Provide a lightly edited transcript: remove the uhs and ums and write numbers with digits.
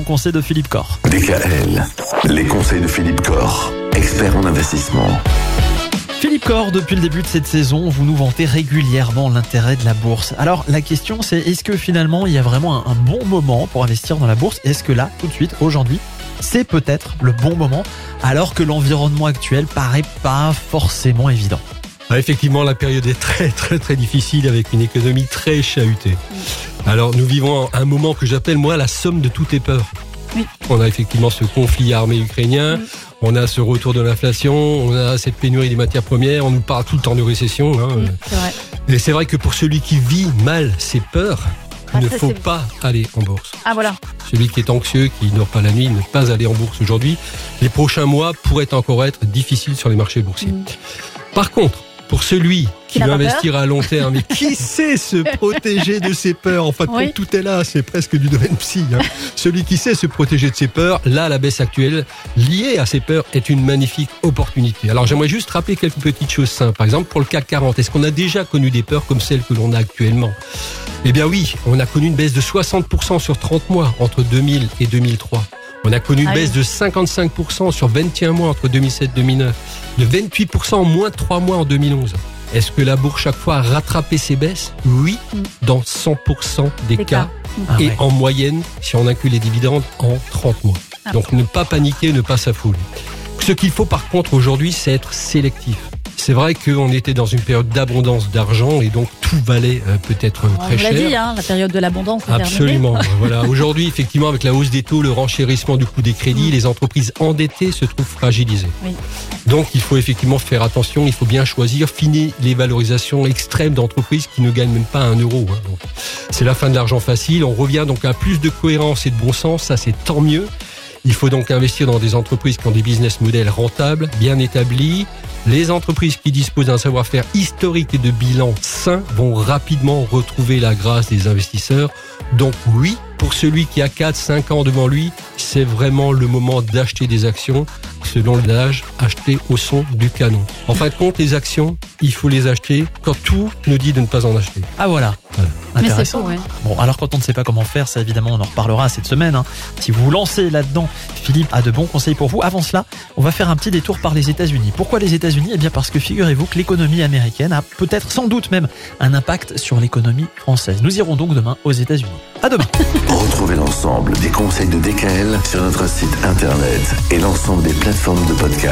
conseils de Philippe Corr. DKL, les conseils de Philippe Corr, expert en investissement. Philippe Corr, depuis le début de cette saison, vous nous vantez régulièrement l'intérêt de la bourse. Alors la question c'est, est-ce que finalement il y a vraiment un bon moment pour investir dans la bourse ? Est-ce que là, tout de suite, aujourd'hui, c'est peut-être le bon moment alors que l'environnement actuel paraît pas forcément évident ? Effectivement, la période est très très très difficile avec une économie très chahutée. Alors nous vivons un moment que j'appelle moi la somme de toutes les peurs. Oui. On a effectivement ce conflit armé ukrainien, on a ce retour de l'inflation, on a cette pénurie des matières premières, on nous parle tout le temps de récession. C'est vrai. Et c'est vrai que pour celui qui vit mal ses peurs, il ne faut pas aller en bourse. Ah voilà. Celui qui est anxieux, qui ne dort pas la nuit, ne pas aller en bourse aujourd'hui. Les prochains mois pourraient encore être difficiles sur les marchés boursiers. Par contre, pour celui qui veut investir à long terme et qui sait se protéger de ses peurs, en fait, tout est là, c'est presque du domaine psy. Celui qui sait se protéger de ses peurs, là, la baisse actuelle liée à ses peurs est une magnifique opportunité. Alors, j'aimerais juste rappeler quelques petites choses simples. Par exemple, pour le CAC 40, est-ce qu'on a déjà connu des peurs comme celles que l'on a actuellement ? Eh bien oui, on a connu une baisse de 60% sur 30 mois entre 2000 et 2003. On a connu une baisse de 55% sur 21 mois entre 2007 et 2009, de 28% en moins de 3 mois en 2011. Est-ce que la bourse, chaque fois, a rattrapé ses baisses ? Oui, dans 100% des cas. Et en moyenne, si on inclut les dividendes, en 30 mois. Donc ne pas paniquer, ne pas s'affouler. Ce qu'il faut par contre aujourd'hui, c'est être sélectif. C'est vrai qu'on était dans une période d'abondance d'argent et donc tout valait peut-être très cher. On l'a dit, la période de l'abondance. Absolument. Voilà. Aujourd'hui, effectivement, avec la hausse des taux, le renchérissement du coût des crédits, les entreprises endettées se trouvent fragilisées. Oui. Donc, il faut effectivement faire attention. Il faut bien choisir, finer les valorisations extrêmes d'entreprises qui ne gagnent même pas 1 euro. Donc, c'est la fin de l'argent facile. On revient donc à plus de cohérence et de bon sens. Ça, c'est tant mieux. Il faut donc investir dans des entreprises qui ont des business models rentables, bien établis. Les entreprises qui disposent d'un savoir-faire historique et de bilan sain vont rapidement retrouver la grâce des investisseurs. Donc oui, pour celui qui a 4-5 ans devant lui, c'est vraiment le moment d'acheter des actions. Selon l'âge, acheter au son du canon. En fin de compte, les actions, il faut les acheter quand tout nous dit de ne pas en acheter. Ah voilà. Intéressant. Mais c'est faux, Bon, alors quand on ne sait pas comment faire, ça évidemment on en reparlera cette semaine. Si vous vous lancez là-dedans, Philippe a de bons conseils pour vous. Avant cela, on va faire un petit détour par les États-Unis. Pourquoi les États-Unis ? Eh bien parce que figurez-vous que l'économie américaine a peut-être, sans doute même, un impact sur l'économie française. Nous irons donc demain aux États-Unis. À demain. Retrouvez l'ensemble des conseils de DKL sur notre site internet et l'ensemble des plateformes de podcast.